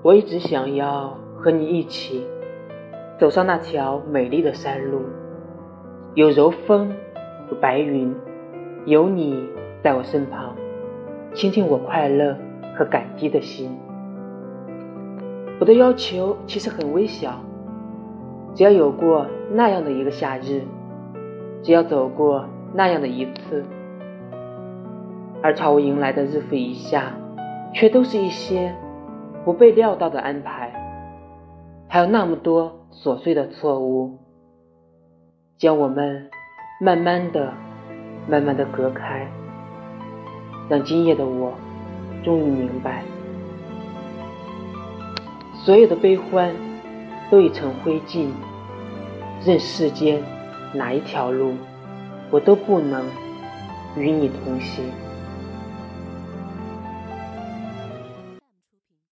我一直想要和你一起走上那条美丽的山路，有柔风，有白云，有你在我身旁，倾听我快乐和感激的心。我的要求其实很微小，只要有过那样的一个夏日，只要走过那样的一次，而朝我迎来的日复一夏，却都是一些不被料到的安排，还有那么多琐碎的错误，将我们慢慢的隔开，让今夜的我终于明白，所有的悲欢都已成灰烬，任世间哪一条路，我都不能与你同行。